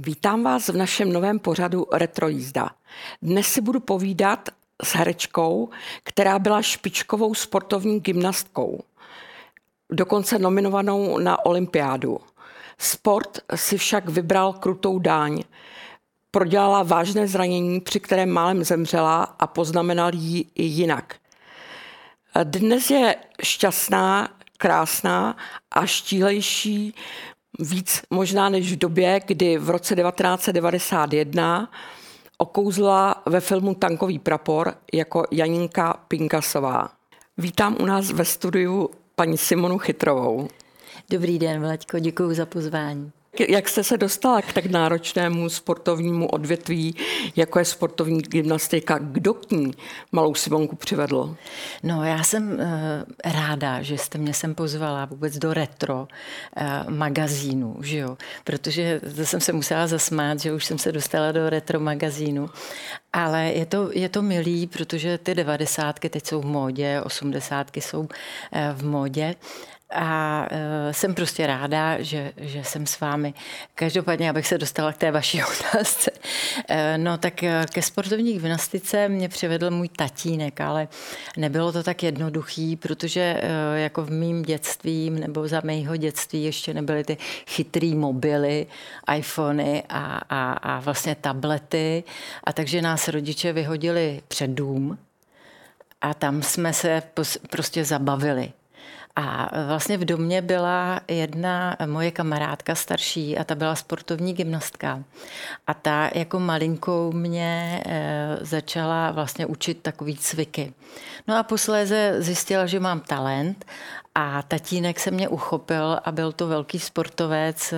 Vítám vás v našem novém pořadu Retro jízda. Dnes si budu povídat s herečkou, která byla špičkovou sportovní gymnastkou, dokonce nominovanou na olympiádu. Sport si však vybral krutou dáň. Prodělala vážné zranění, při kterém málem zemřela a poznamenal ji i jinak. Dnes je šťastná, krásná a štíhlejší víc možná než v době, kdy v roce 1991 okouzla ve filmu Tankový prapor jako Janinka Pinkasová. Vítám u nás ve studiu paní Simonu Chytrovou. Dobrý den, Vlaďko, děkuji za pozvání. Jak jste se dostala k tak náročnému sportovnímu odvětví, jako je sportovní gymnastika? Kdo k ní malou Simonku přivedl? No, já jsem ráda, že jste mě sem pozvala vůbec do retro magazínu, že jo? Protože to jsem se musela zasmát, že už jsem se dostala do retro magazínu. Ale je to milý, protože ty 90. teď jsou v módě, 80. jsou v módě. A jsem prostě ráda, že jsem s vámi. Každopádně, abych se dostala k té vaší otázce. No tak ke sportovní gymnastice mě přivedl můj tatínek, ale nebylo to tak jednoduchý, protože jako v mým dětství nebo za mého dětství ještě nebyly ty chytrý mobily, iPhony a vlastně tablety. A takže nás rodiče vyhodili před dům a tam jsme se prostě zabavili. A vlastně v domě byla jedna moje kamarádka starší a ta byla sportovní gymnastka. A ta jako malinkou mě začala vlastně učit takový cviky. No a posléze zjistila, že mám talent a tatínek se mě uchopil a byl to velký sportovec,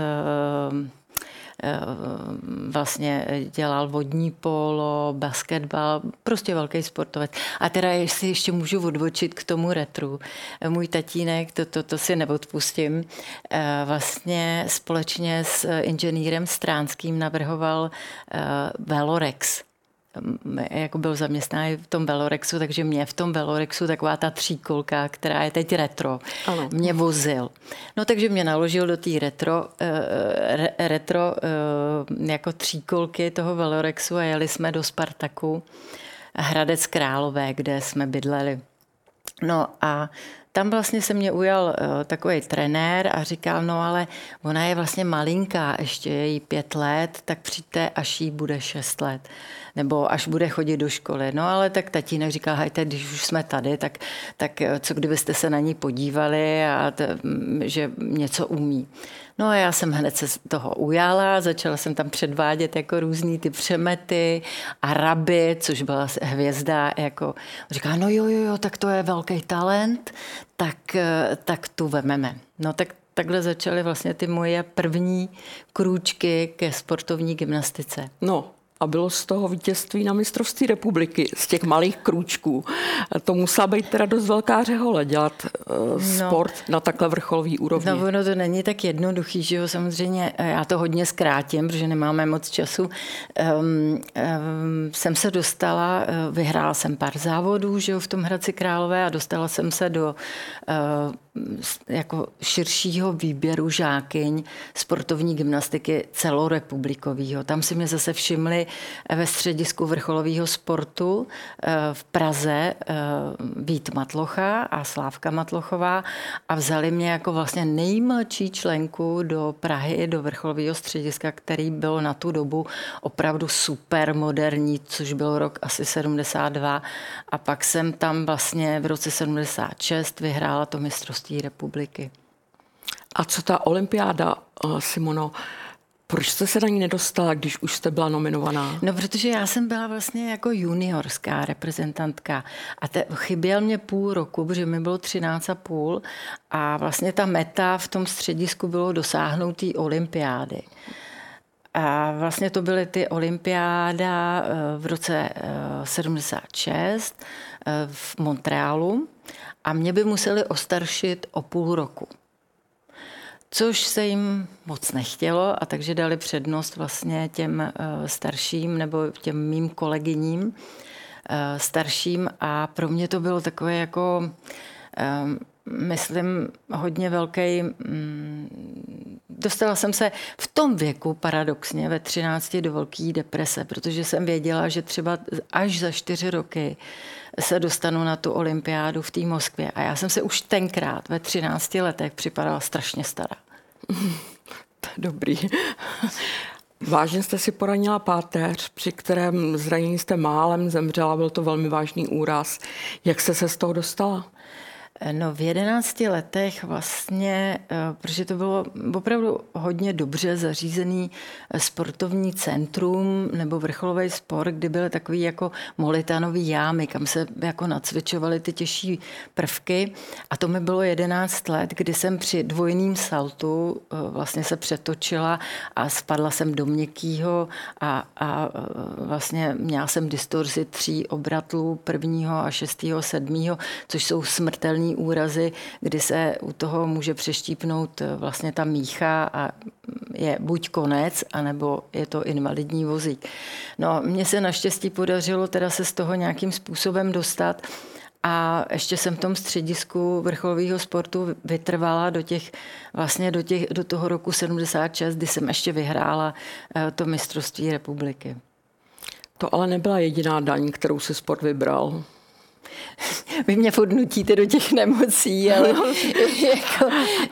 vlastně dělal vodní polo, basketbal, prostě velký sportovec. A teda jestli ještě můžu odbočit k tomu retru. Můj tatínek, to si neodpustím, vlastně společně s inženýrem Stránským navrhoval Velorex. Jako byl zaměstnaný v tom Velorexu, takže mě v tom Velorexu taková ta tříkolka, která je teď retro, ano, mě vozil. No takže mě naložil do té retro jako tříkolky toho Velorexu a jeli jsme do Spartaku Hradec Králové, kde jsme bydleli. No a tam vlastně se mě ujal takový trenér a říkal, no ale ona je vlastně malinká, ještě je jí 5 let, tak přijďte, až jí bude 6 let. Nebo až bude chodit do školy. No ale tak tatínek říkal, hejte, když už jsme tady, tak co kdybyste se na ní podívali a že něco umí. No a já jsem hned se toho ujala, začala jsem tam předvádět jako různý ty přemety a raby, což byla hvězda, jako říká, no jo, tak to je velký talent, tak tu vememe. No tak takhle začaly vlastně ty moje první krůčky ke sportovní gymnastice. No. A bylo z toho vítězství na mistrovství republiky, z těch malých krůčků. To musela být teda dost velká řehole dělat sport na takhle vrcholový úrovni. No ono to není tak jednoduchý, že jo, samozřejmě já to hodně zkrátím, protože nemáme moc času. Jsem se dostala, vyhrála jsem pár závodů, že jo, v tom Hradci Králové a dostala jsem se do jako širšího výběru žákyň sportovní gymnastiky celorepublikového. Tam si mě zase všimli ve středisku vrcholového sportu v Praze Vít Matlocha a Slávka Matlochová a vzali mě jako vlastně nejmladší členku do Prahy, do vrcholového střediska, který bylo na tu dobu opravdu super moderní, což byl rok asi 72 a pak jsem tam vlastně v roce 76 vyhrála to mistrovství republiky. A co ta olympiáda, Simono, proč jste se na ní nedostala, když už jste byla nominovaná? No, protože já jsem byla vlastně jako juniorská reprezentantka a chyběl mě půl roku, protože mi bylo 13,5 a vlastně ta meta v tom středisku bylo dosáhnout té olympiády. A vlastně to byly ty olympiáda v roce 76 v Montrealu a mě by museli ostaršit o půl roku. Což se jim moc nechtělo a takže dali přednost vlastně těm starším nebo těm mým kolegyním starším a pro mě to bylo takové jako myslím hodně velký dostala jsem se v tom věku paradoxně ve 13 do velké deprese, protože jsem věděla, že třeba až za 4 roky se dostanu na tu olympiádu v té Moskvě. A já jsem se už tenkrát ve 13 letech připadala strašně stará. Dobrý. Vážně jste si poranila páteř, při kterém zranění jste málem zemřela, byl to velmi vážný úraz. Jak jste se z toho dostala? No v 11 letech vlastně, protože to bylo opravdu hodně dobře zařízený sportovní centrum nebo vrcholový sport, kdy byly takový jako molitanový jámy, kam se jako nacvičovaly ty těžší prvky. A to mi bylo 11 let, kdy jsem při dvojným saltu vlastně se přetočila a spadla jsem do měkkýho a vlastně měla jsem distorzi 3 obratlů 1. a 6. 7., což jsou smrtelný úrazy, kdy se u toho může přeštípnout vlastně ta mícha a je buď konec, anebo je to invalidní vozík. No, mně se naštěstí podařilo teda se z toho nějakým způsobem dostat a ještě jsem v tom středisku vrcholového sportu vytrvala do toho roku 76, kdy jsem ještě vyhrála to mistrovství republiky. To ale nebyla jediná daň, kterou si sport vybral. Vy mě furt nutíte do těch nemocí, ale jako,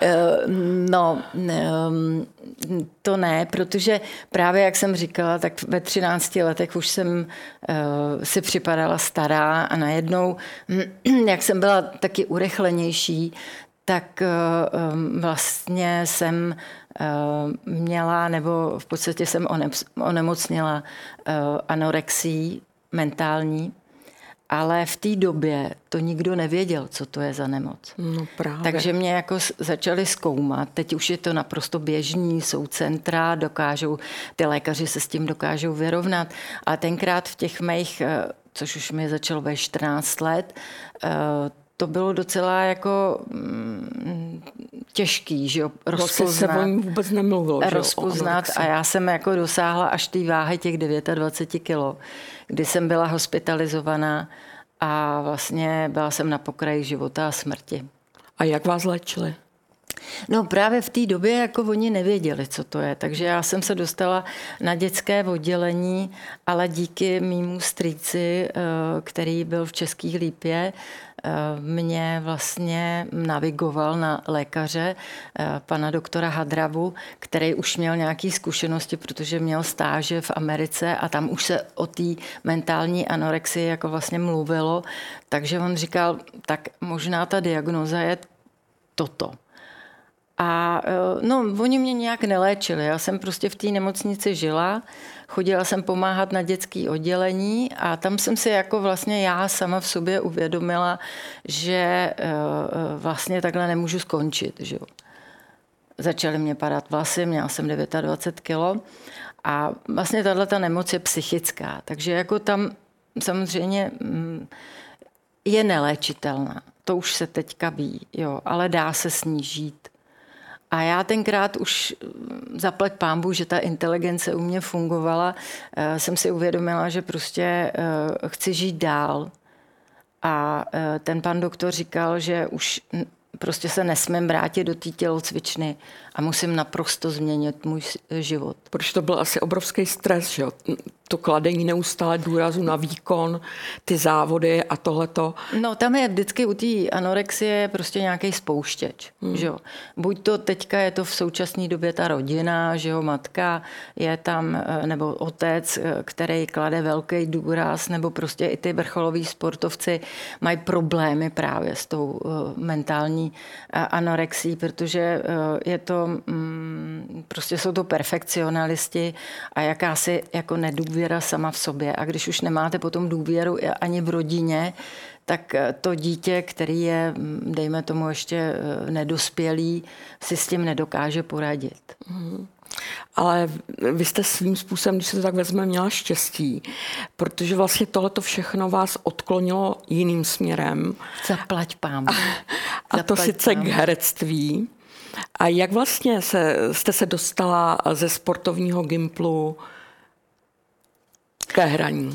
to ne, protože právě jak jsem říkala, tak ve 13 letech už jsem si připadala stará a najednou, jak jsem byla taky urychlenější, tak vlastně jsem měla, nebo v podstatě jsem onemocněla anorexii mentální, ale v té době to nikdo nevěděl, co to je za nemoc. No právě. Takže mě jako začali zkoumat. Teď už je to naprosto běžný, jsou centra, ty lékaři se s tím dokážou vyrovnat. A tenkrát v těch mých, což už mi začalo ve 14 let, to bylo docela jako těžký, že jo, rozpoznat. Se o ní vůbec nemluvilo, že rozpoznat a já jsem jako dosáhla až té váhy těch 29 kilo, kdy jsem byla hospitalizovaná a vlastně byla jsem na pokraji života a smrti. A jak vás léčili? No právě v té době jako oni nevěděli, co to je, takže já jsem se dostala na dětské oddělení, ale díky mýmu strýci, který byl v České Lípě, mě vlastně navigoval na lékaře, pana doktora Hadravu, který už měl nějaké zkušenosti, protože měl stáže v Americe a tam už se o té mentální anorexii jako vlastně mluvilo, takže on říkal, tak možná ta diagnóza je toto. A oni mě nějak neléčili. Já jsem prostě v té nemocnici žila, chodila jsem pomáhat na dětské oddělení a tam jsem si jako vlastně já sama v sobě uvědomila, že vlastně takhle nemůžu skončit. Že jo. Začaly mě padat vlasy, měla jsem 29 kilo a vlastně tato nemoc je psychická. Takže jako tam samozřejmě je neléčitelná. To už se teďka ví, jo, ale dá se s ní žít. A já tenkrát už zaplať pánbůh, že ta inteligence u mě fungovala, jsem si uvědomila, že prostě chci žít dál. A ten pan doktor říkal, že už prostě se nesmím vrátit do té tělocvičny a musím naprosto změnit můj život. Protože to byl asi obrovský stres, že jo? To kladení neustále důrazu na výkon, ty závody a tohleto. No tam je vždycky u té anorexie prostě nějaký spouštěč, že jo. Buď to teďka je to v současné době ta rodina, že jo, matka je tam, nebo otec, který klade velký důraz, nebo prostě i ty vrcholoví sportovci mají problémy právě s tou mentální anorexí, protože je to, prostě jsou to perfekcionalisti a jakási jako nedůvěra sama v sobě. A když už nemáte potom důvěru ani v rodině, tak to dítě, který je, dejme tomu, ještě nedospělý, si s tím nedokáže poradit. Ale vy jste svým způsobem, když se to tak vezme, měla štěstí, protože vlastně tohleto všechno vás odklonilo jiným směrem. Zaplať pánbůh. A to sice k herectví. A jak vlastně jste se dostala ze sportovního gymplu ke hraní?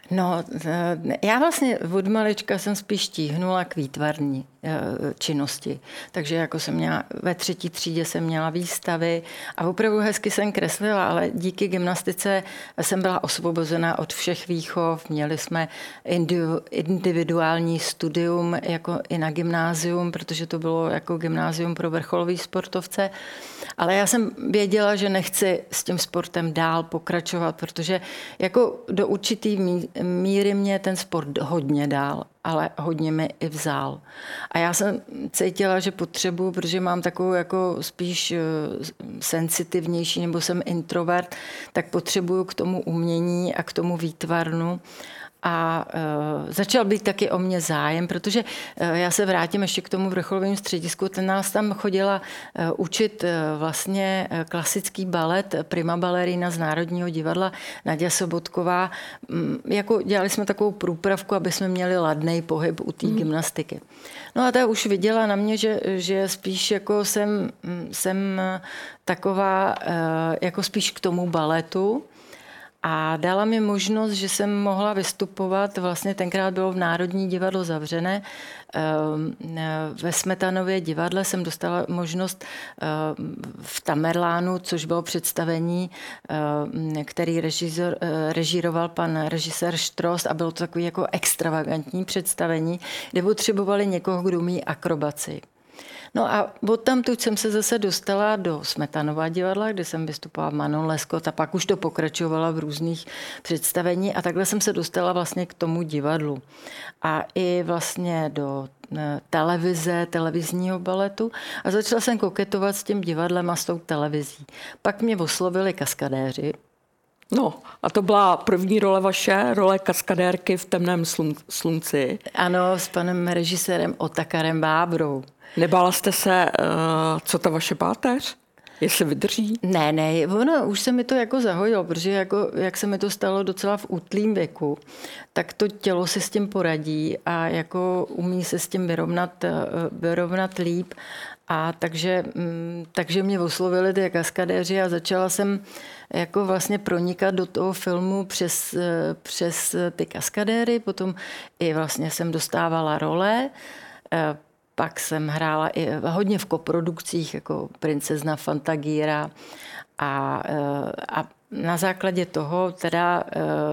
No, já vlastně od malička jsem spíš tíhnula k výtvarní činnosti. Takže jako jsem měla, ve 3. třídě jsem měla výstavy a opravdu hezky jsem kreslila, ale díky gymnastice jsem byla osvobozena od všech výchov. Měli jsme individuální studium jako i na gymnázium, protože to bylo jako gymnázium pro vrcholový sportovce. Ale já jsem věděla, že nechci s tím sportem dál pokračovat, protože jako do určitý míry mě ten sport hodně dál, ale hodně mi i vzal. A já jsem cítila, že potřebuji, protože mám takovou jako spíš sensitivnější, nebo jsem introvert, tak potřebuju k tomu umění a k tomu výtvarnu. A začal být taky o mě zájem, protože já se vrátím ještě k tomu vrcholovému středisku. Ten nás tam chodila učit vlastně klasický balet, prima balerina z Národního divadla, Naďa Sobotková. Jako dělali jsme takovou průpravku, aby jsme měli ladnej pohyb u té gymnastiky. No a ta už viděla na mě, že spíš jako jsem taková jako spíš k tomu baletu. A dala mi možnost, že jsem mohla vystupovat, vlastně tenkrát bylo v Národní divadlo zavřené, ve Smetanově divadle jsem dostala možnost v Tamerlánu, což bylo představení, který režíroval pan režisér Štrost a bylo to takové jako extravagantní představení, kde potřebovali někoho, kdo umí akrobaci. No a odtamtud jsem se zase dostala do Smetanova divadla, kde jsem vystupovala Manon Lescaut a pak už to pokračovala v různých představení a takhle jsem se dostala vlastně k tomu divadlu. A i vlastně do televize, televizního baletu a začala jsem koketovat s tím divadlem a s tou televizí. Pak mě oslovili kaskadéři. No, a to byla první role vaše, role kaskadérky v Temném slunci. Ano, s panem režisérem Otakarem Bábrou. Nebála jste se, co ta vaše páteř? Jestli vydrží? Ne, ono už se mi to jako zahojilo, protože jako, jak se mi to stalo docela v útlým věku, tak to tělo si s tím poradí a jako umí se s tím vyrovnat líp. A takže mě oslovili ty kaskadéři a začala jsem jako vlastně pronikat do toho filmu přes ty kaskadéry, potom i vlastně jsem dostávala role. Pak jsem hrála i hodně v koprodukcích, jako Princezna Fantagíra a na základě toho teda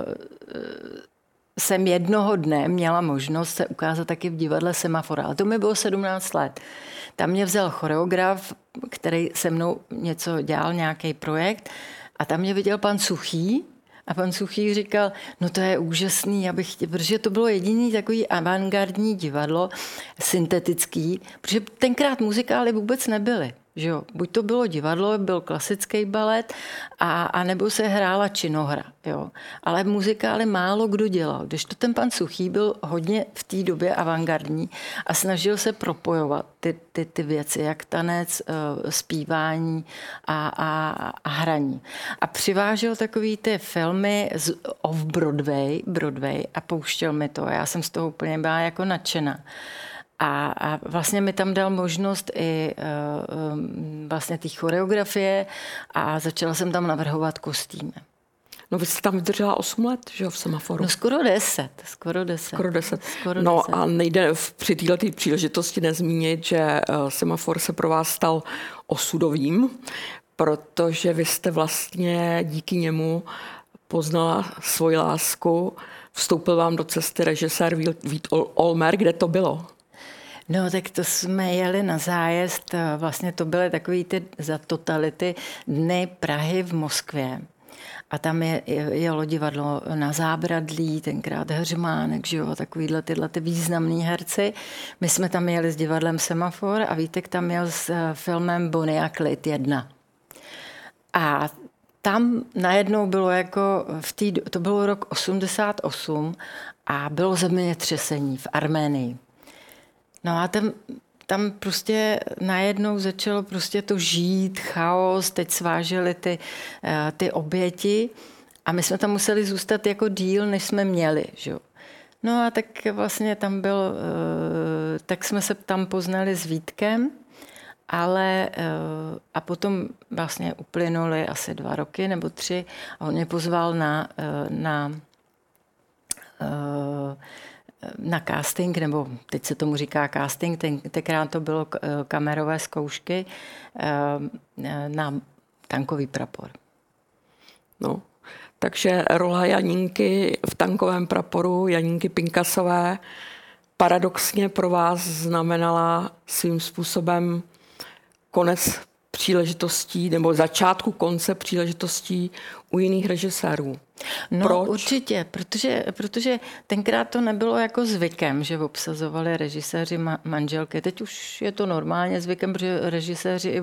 jsem jednoho dne měla možnost se ukázat taky v divadle Semafora. Ale to mi bylo 17 let. Tam mě vzal choreograf, který se mnou něco dělal, nějaký projekt a tam mě viděl pan Suchý. A pan Suchý říkal, no to je úžasný, protože to bylo jediný takový avantgardní divadlo, syntetický, protože tenkrát muzikály vůbec nebyly. Že jo? Buď to bylo divadlo, byl klasický balet, a nebo se hrála činohra. Jo? Ale muzikály málo kdo dělal. Když to ten pan Suchý byl hodně v té době avantgardní a snažil se propojovat ty věci, jak tanec, zpívání a hraní. A přivážel takový ty filmy off Broadway a pouštěl mi to. Já jsem z toho úplně byla jako nadšená. A vlastně mi tam dal možnost i vlastně té choreografie a začala jsem tam navrhovat kostýmy. No vy jste tam vydržela 8 let, že jo, v Semaforu? No skoro 10. No a nejde při této příležitosti nezmínit, že Semafor se pro vás stal osudovým, protože vy jste vlastně díky němu poznala svoji lásku, vstoupil vám do cesty režisér Vít Olmer. Kde to bylo? No, tak to jsme jeli na zájezd, vlastně to byly takový ty za totality dny Prahy v Moskvě. A tam jelo divadlo Na zábradlí, tenkrát Heřmánek, že jo, takovýhle tyhle ty významný herci. My jsme tam jeli s divadlem Semafor a Vítek tam jel s filmem Bonnie a Clyde 1. A tam najednou bylo jako, to bylo rok 88 a bylo zemětřesení v Arménii. No a tam prostě najednou začalo prostě to žít, chaos, teď svážely ty oběti a my jsme tam museli zůstat jako díl, než jsme měli. Že? No a tak vlastně tam tak jsme se tam poznali s Vítkem, ale a potom vlastně uplynuly asi 2 roky nebo 3 a on mě pozval na casting, nebo teď se tomu říká casting, tenkrát to bylo kamerové zkoušky na tankový prapor. No, takže rola Janínky v tankovém praporu, Janínky Pinkasové, paradoxně pro vás znamenala svým způsobem konec příležitostí nebo začátku konce příležitostí u jiných režisérů. No Proč? Určitě, protože tenkrát to nebylo jako zvykem, že obsazovali režiséři manželky. Teď už je to normálně zvykem, protože režiséři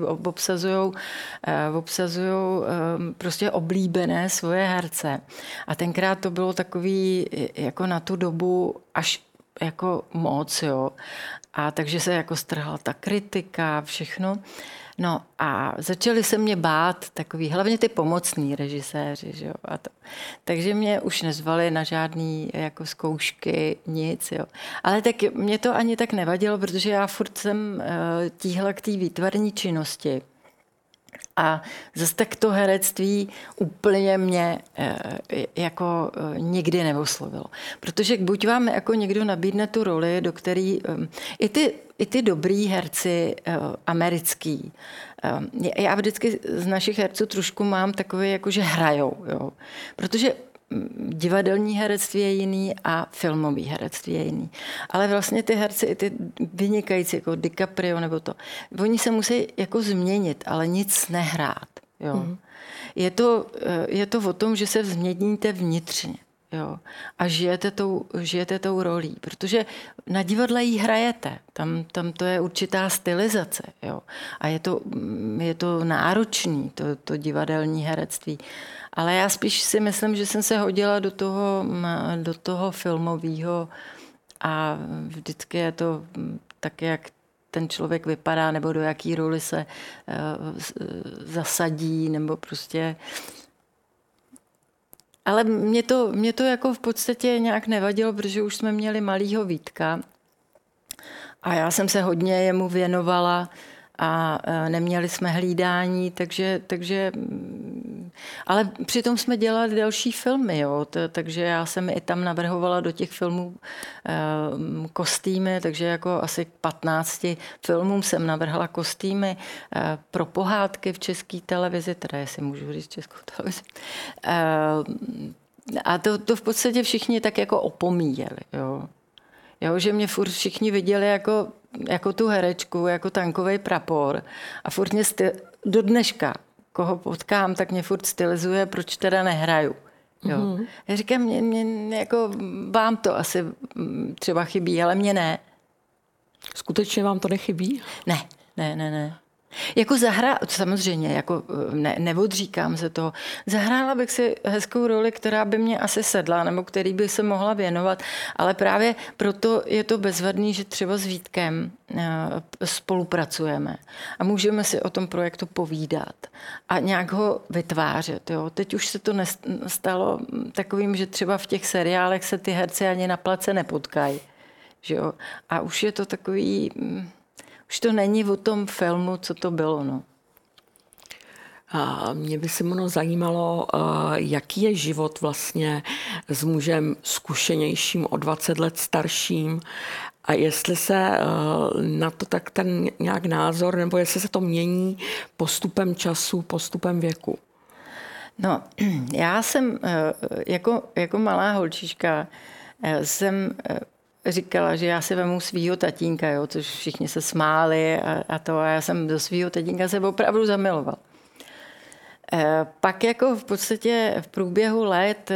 obsazují prostě oblíbené svoje herce. A tenkrát to bylo takový jako na tu dobu až jako moc, jo. A takže se jako strhla ta kritika, všechno. No a začali se mě bát takový, hlavně ty pomocní režiséři, že jo. Takže mě už nezvali na žádný jako zkoušky, nic, jo. Ale tak mě to ani tak nevadilo, protože já furt jsem tíhla k té výtvarní činnosti. A zase tak to herectví úplně mě jako nikdy neoslovilo. Protože buď vám jako někdo nabídne tu roli, do který i ty dobrý herci americký. Já vždycky z našich herců trošku mám takové, jako že hrajou. Jo. Protože divadelní herectví je jiný a filmový herectví je jiný. Ale vlastně ty herci, i ty vynikající, jako DiCaprio nebo to, oni se musí jako změnit, ale nic nehrát. Jo. Mm. Je to o tom, že se změníte vnitřně. Jo. A žijete tou rolí. Protože na divadle jí hrajete. Tam to je určitá stylizace. Jo. A je to náročný, to divadelní herectví. Ale já spíš si myslím, že jsem se hodila do toho filmového a vždycky je to tak, jak ten člověk vypadá, nebo do jaký roli se zasadí, nebo prostě... Ale mě to jako v podstatě nějak nevadilo, protože už jsme měli malýho Vítka a já jsem se hodně jemu věnovala a neměli jsme hlídání, takže ale přitom jsme dělali další filmy, jo, takže já jsem i tam navrhovala do těch filmů kostýmy, takže jako asi k 15 filmům jsem navrhla kostýmy pro pohádky v České televizi, teda jestli můžu říct Českou televizi. A to v podstatě všichni tak jako opomíjeli, jo. Jo, že mě furt všichni viděli jako tu herečku, jako tankový prapor a furt mě do dneška, koho potkám, tak mě furt stylizuje, proč teda nehraju. Jo. Mm-hmm. Já říkám, mě jako vám to asi třeba chybí, ale mě ne. Skutečně vám to nechybí? Ne. Jako samozřejmě, jako neodříkám se toho. Zahrála bych si hezkou roli, která by mě asi sedla, nebo který by se mohla věnovat, ale právě proto je to bezvadný, že třeba s Vítkem spolupracujeme a můžeme si o tom projektu povídat a nějak ho vytvářet. Jo. Teď už se to nestalo takovým, že třeba v těch seriálech se ty herci ani na place nepotkají. Že jo. A už je to takový... Už to není o tom filmu, co to bylo. No. A mě by se mnou zajímalo, jaký je život vlastně s mužem zkušenějším, o 20 let starším a jestli se na to tak ten nějak názor, nebo jestli se to mění postupem času, postupem věku. No, já jsem jako malá holčička jsem říkala, že já si vemu svýho tatínka, jo, což všichni se smáli a já jsem do svýho tatínka se opravdu zamilovala. Pak jako v podstatě v průběhu let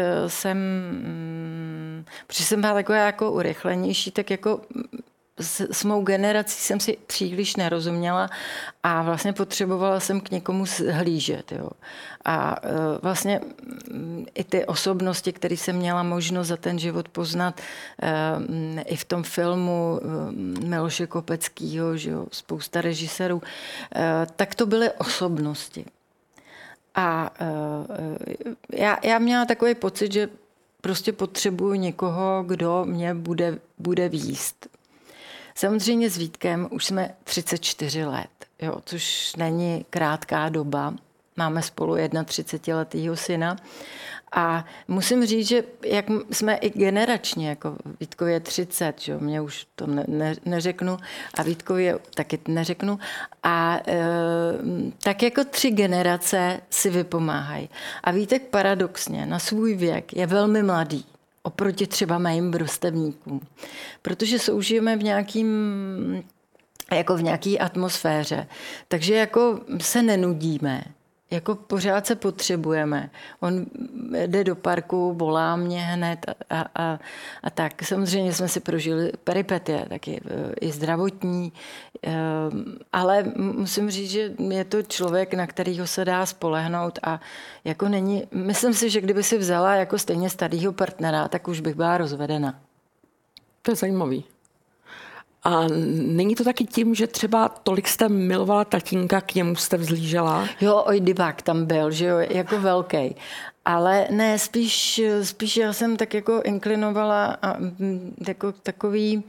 protože jsem byla taková jako urychlenější, tak jako s mou generací jsem si příliš nerozuměla a vlastně potřebovala jsem k někomu hlížet. Jo. A vlastně i ty osobnosti, které jsem měla možnost za ten život poznat i v tom filmu Miloše Kopeckýho, že jo, spousta režisérů, tak to byly osobnosti. A já měla takový pocit, že prostě potřebuju někoho, kdo mě bude vést. Samozřejmě s Vítkem už jsme 34 let, jo, což není krátká doba. Máme spolu 31letýho syna A musím říct, že jak jsme i generačně, jako Vítkovi je 30, že? Mě už to neřeknu a Vítkovi taky neřeknu. A tak jako 3 generace si vypomáhají. A Vítek paradoxně na svůj věk je velmi mladý oproti třeba mým vrstevníkům. Protože soužijeme v nějaký atmosféře. Takže jako se nenudíme. Jako pořád se potřebujeme. On jde do parku, volá mě hned a tak. Samozřejmě jsme si prožili peripetie, taky i zdravotní, ale musím říct, že je to člověk, na kterýho se dá spolehnout a jako není, myslím si, že kdyby si vzala jako stejně starýho partnera, tak už bych byla rozvedena. To je zajímavý. A není to taky tím, že třeba tolik jste milovala tatínka, k němu jste vzlížela? Jo, ojdybák tam byl, že jo, jako velký. Ale ne, spíš já jsem tak jako inklinovala a jako takový,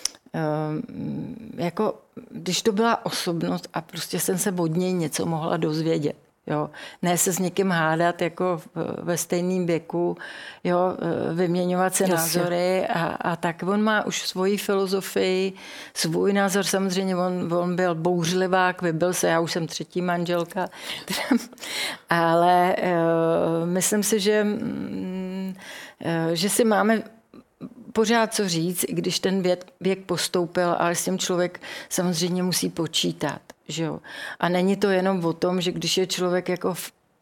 jako když to byla osobnost a prostě jsem se od něj něco mohla dozvědět. Jo, ne se s někým hádat jako ve stejném věku, jo, vyměňovat se názory a tak. On má už svoji filozofii, svůj názor, samozřejmě on byl bouřlivák, vybil se, já už jsem 3. manželka, ale myslím si, že si máme pořád co říct, i když ten věk postoupil, ale s tím člověk samozřejmě musí počítat. Že jo? A není to jenom o tom, že když je člověk jako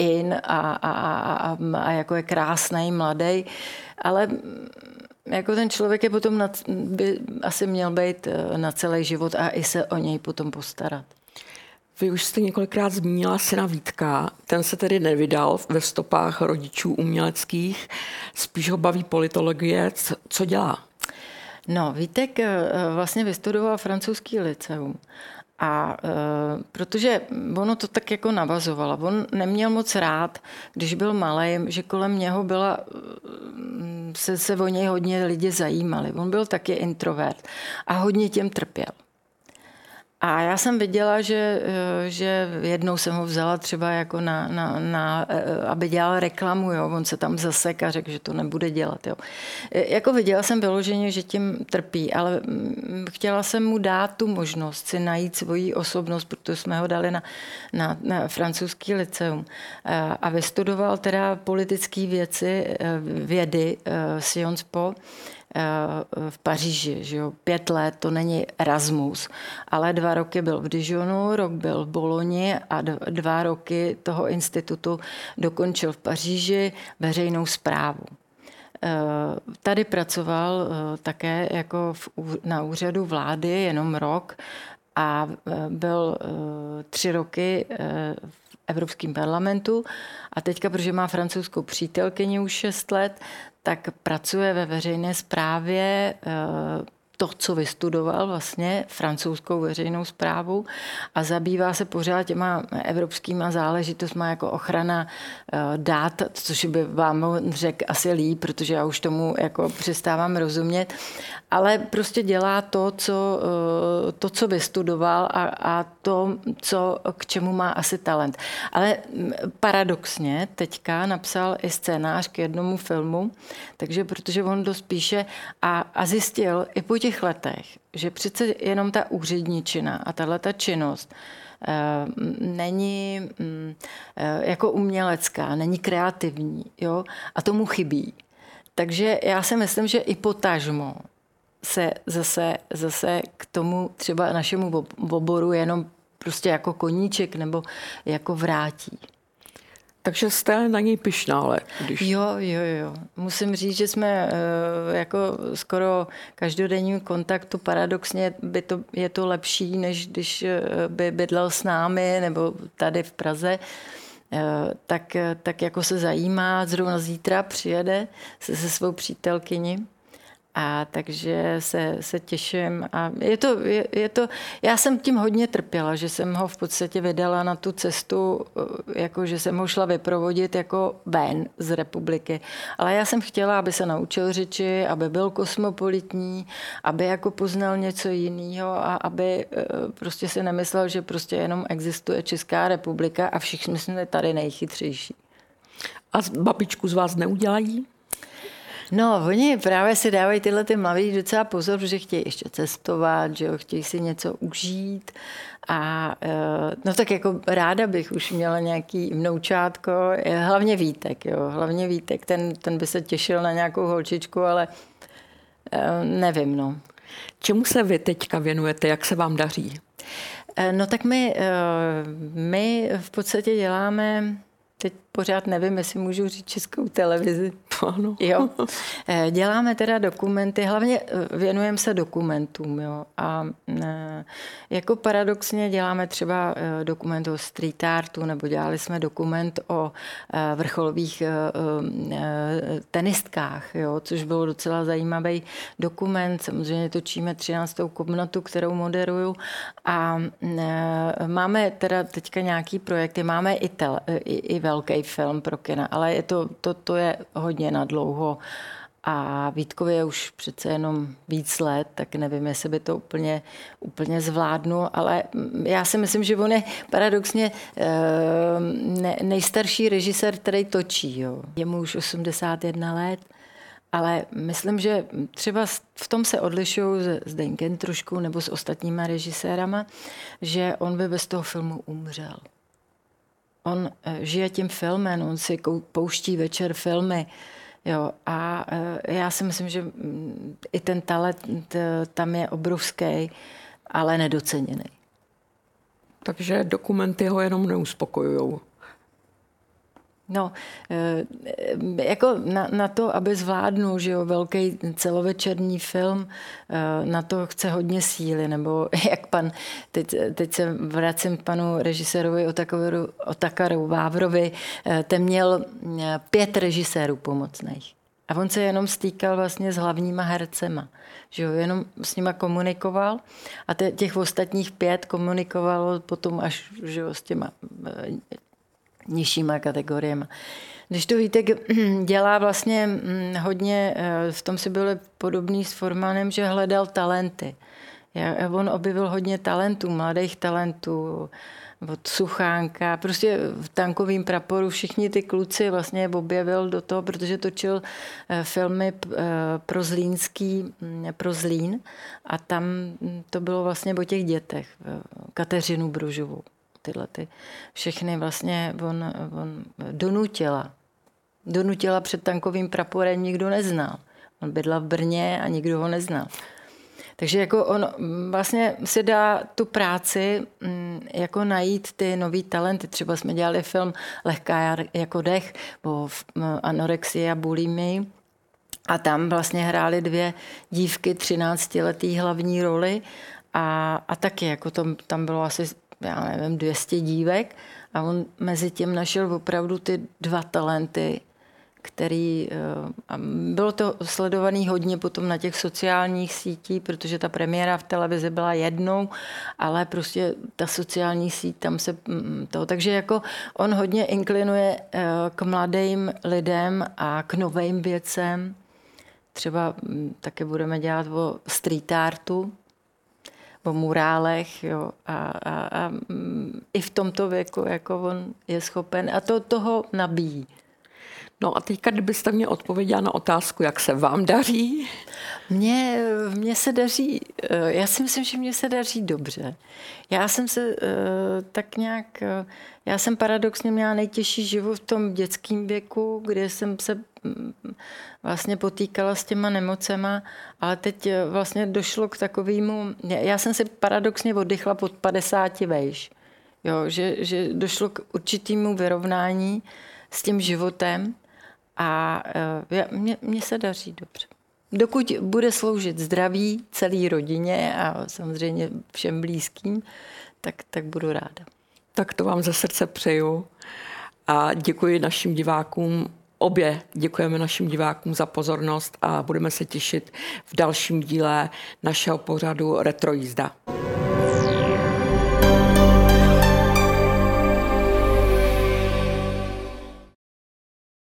a jako je krásný, mladý, ale jako ten člověk je potom by asi měl být na celý život a i se o něj potom postarat. Vy už jste několikrát zmínila syna Vítka, ten se tedy nevydal ve stopách rodičů uměleckých, spíš ho baví politologie. Co dělá? No, Vítek vlastně vystudoval francouzský lyceum. A protože ono to tak jako navazovalo. On neměl moc rád, když byl malý, že kolem něho se o něj hodně lidi zajímali. On byl taky introvert a hodně tím trpěl. A já jsem viděla, že jednou jsem ho vzala třeba jako aby dělal reklamu, jo. On se tam zasek a řekl, že to nebude dělat. Jo. Jako viděla jsem vyloženě, že tím trpí, ale chtěla jsem mu dát tu možnost si najít svoji osobnost, protože jsme ho dali na francouzský lyceum. A vystudoval teda politické vědy Sciences Po v Paříži, že jo, 5 let, to není Erasmus, ale 2 roky byl v Dijonu, rok byl v Boloni a 2 roky toho institutu dokončil v Paříži veřejnou správu. Tady pracoval také jako na úřadu vlády jenom rok a byl 3 roky v Evropském parlamentu a teďka, protože má francouzskou přítelkyni už 6 let, tak pracuje ve veřejné správě to, co vystudoval vlastně, francouzskou veřejnou správu a zabývá se pořád těma evropskýma záležitostmi jako ochrana dat, což by vám řekl asi líp, protože já už tomu jako přestávám rozumět, ale prostě dělá to, co vystudoval a to, k čemu má asi talent. Ale paradoxně teďka napsal i scénář k jednomu filmu, takže protože on dost píše a zjistil i po těch letech, že přece jenom ta úředničina a tahleta činnost není jako umělecká, není kreativní, jo? A tomu chybí. Takže já si myslím, že i potažmo se zase k tomu třeba našemu oboru jenom prostě jako koníček nebo jako vrátí. Takže jste na něj pyšná, ale když... Jo. Musím říct, že jsme jako skoro každodenním kontaktu, paradoxně je to lepší, než když by bydlel s námi nebo tady v Praze. Tak jako se zajímá, zrovna zítra přijede se svou přítelkyni. A takže se těším a je to, já jsem tím hodně trpěla, že jsem ho v podstatě vydala na tu cestu, jako že jsem ho šla vyprovodit jako ven z republiky. Ale já jsem chtěla, aby se naučil řeči, aby byl kosmopolitní, aby jako poznal něco jiného a aby prostě si nemyslel, že prostě jenom existuje Česká republika a všichni jsme tady nejchytřejší. A babičku z vás neudělají? No, oni právě si dávají tyhle ty mladí docela pozor, protože chtějí ještě cestovat, že jo, chtějí si něco užít. A no tak jako ráda bych už měla nějaký vnoučátko, hlavně Vítek, jo, hlavně Vítek, ten by se těšil na nějakou holčičku, ale nevím, no. Čemu se vy teďka věnujete, jak se vám daří? No tak my v podstatě děláme, teď pořád nevím, jestli můžu říct Českou televizi. Ano. Jo. Děláme teda dokumenty, hlavně věnujeme se dokumentům. Jo. A jako paradoxně děláme třeba dokument o street artu, nebo dělali jsme dokument o vrcholových tenistkách, jo, což bylo docela zajímavý dokument. Samozřejmě točíme 13. komnatu, kterou moderuju. A máme teda teďka nějaký projekty, máme i velký film pro kina, ale to je hodně na dlouho a Vítkovi je už přece jenom víc let, tak nevím, jestli by to úplně zvládnu, ale já si myslím, že on je paradoxně nejstarší režisér, který točí. Jo. Je mu už 81 let, ale myslím, že třeba v tom se odlišují s Zdeňkem trošku nebo s ostatníma režisérama, že on by bez toho filmu umřel. On žije tím filmem, on si pouští večer filmy. Jo, a já si myslím, že i ten talent tam je obrovský, ale nedoceněný. Takže dokumenty ho jenom neuspokojujou. No, jako na to, aby zvládnu, že jo, velký celovečerní film, na to chce hodně síly, nebo jak teď se vracím k panu režisérovi Otakaru Vávrovi, ten měl 5 režisérů pomocných. A on se jenom stýkal vlastně s hlavníma hercema, že jo, jenom s nima komunikoval a těch ostatních 5 komunikovalo potom až, že jo, s těma nižšíma kategoriemi. Když to Vítek dělá vlastně hodně, v tom si byli podobný s Formanem, že hledal talenty. On objevil hodně talentů, mladých talentů, od Suchánka, prostě v Tankovým praporu všichni ty kluci vlastně objevil do toho, protože točil filmy pro Zlín a tam to bylo vlastně o těch dětech, Kateřinu Bružovou. Tyhle ty všechny vlastně on donutila před Tankovým praporem, nikdo neznal. On bydlel v Brně a nikdo ho neznal. Takže jako on vlastně si dá tu práci jako najít ty nový talenty. Třeba jsme dělali film Lehká jako dech o anorexii a bulimii a tam vlastně hrály 2 dívky 13letý hlavní roli a taky jako tam bylo asi já nevím, 200 dívek a on mezi tím našel opravdu ty 2 talenty, který bylo to sledovaný hodně potom na těch sociálních sítích, protože ta premiéra v televizi byla jednou, ale prostě ta sociální síť tam se toho, takže jako on hodně inklinuje k mladým lidem a k novým věcem. Třeba také budeme dělat o street artu, o murálech, jo, a i v tomto věku jako on je schopen a to toho nabíjí. No a teďka, kdybyste mě odpověděla na otázku, jak se vám daří? Mně se daří, já si myslím, že mně se daří dobře. Já jsem se tak nějak, já jsem paradoxně měla nejtěžší život v tom dětském věku, kde jsem se vlastně potýkala s těma nemocema, ale teď vlastně došlo k takovému, já jsem si paradoxně oddychla pod 50 vejš, jo, že došlo k určitému vyrovnání s tím životem a mně se daří dobře. Dokud bude sloužit zdraví celé rodině a samozřejmě všem blízkým, tak budu ráda. Tak to vám ze srdce přeju a děkuji našim divákům. Obě děkujeme našim divákům za pozornost a budeme se těšit v dalším díle našeho pořadu Retro jízda.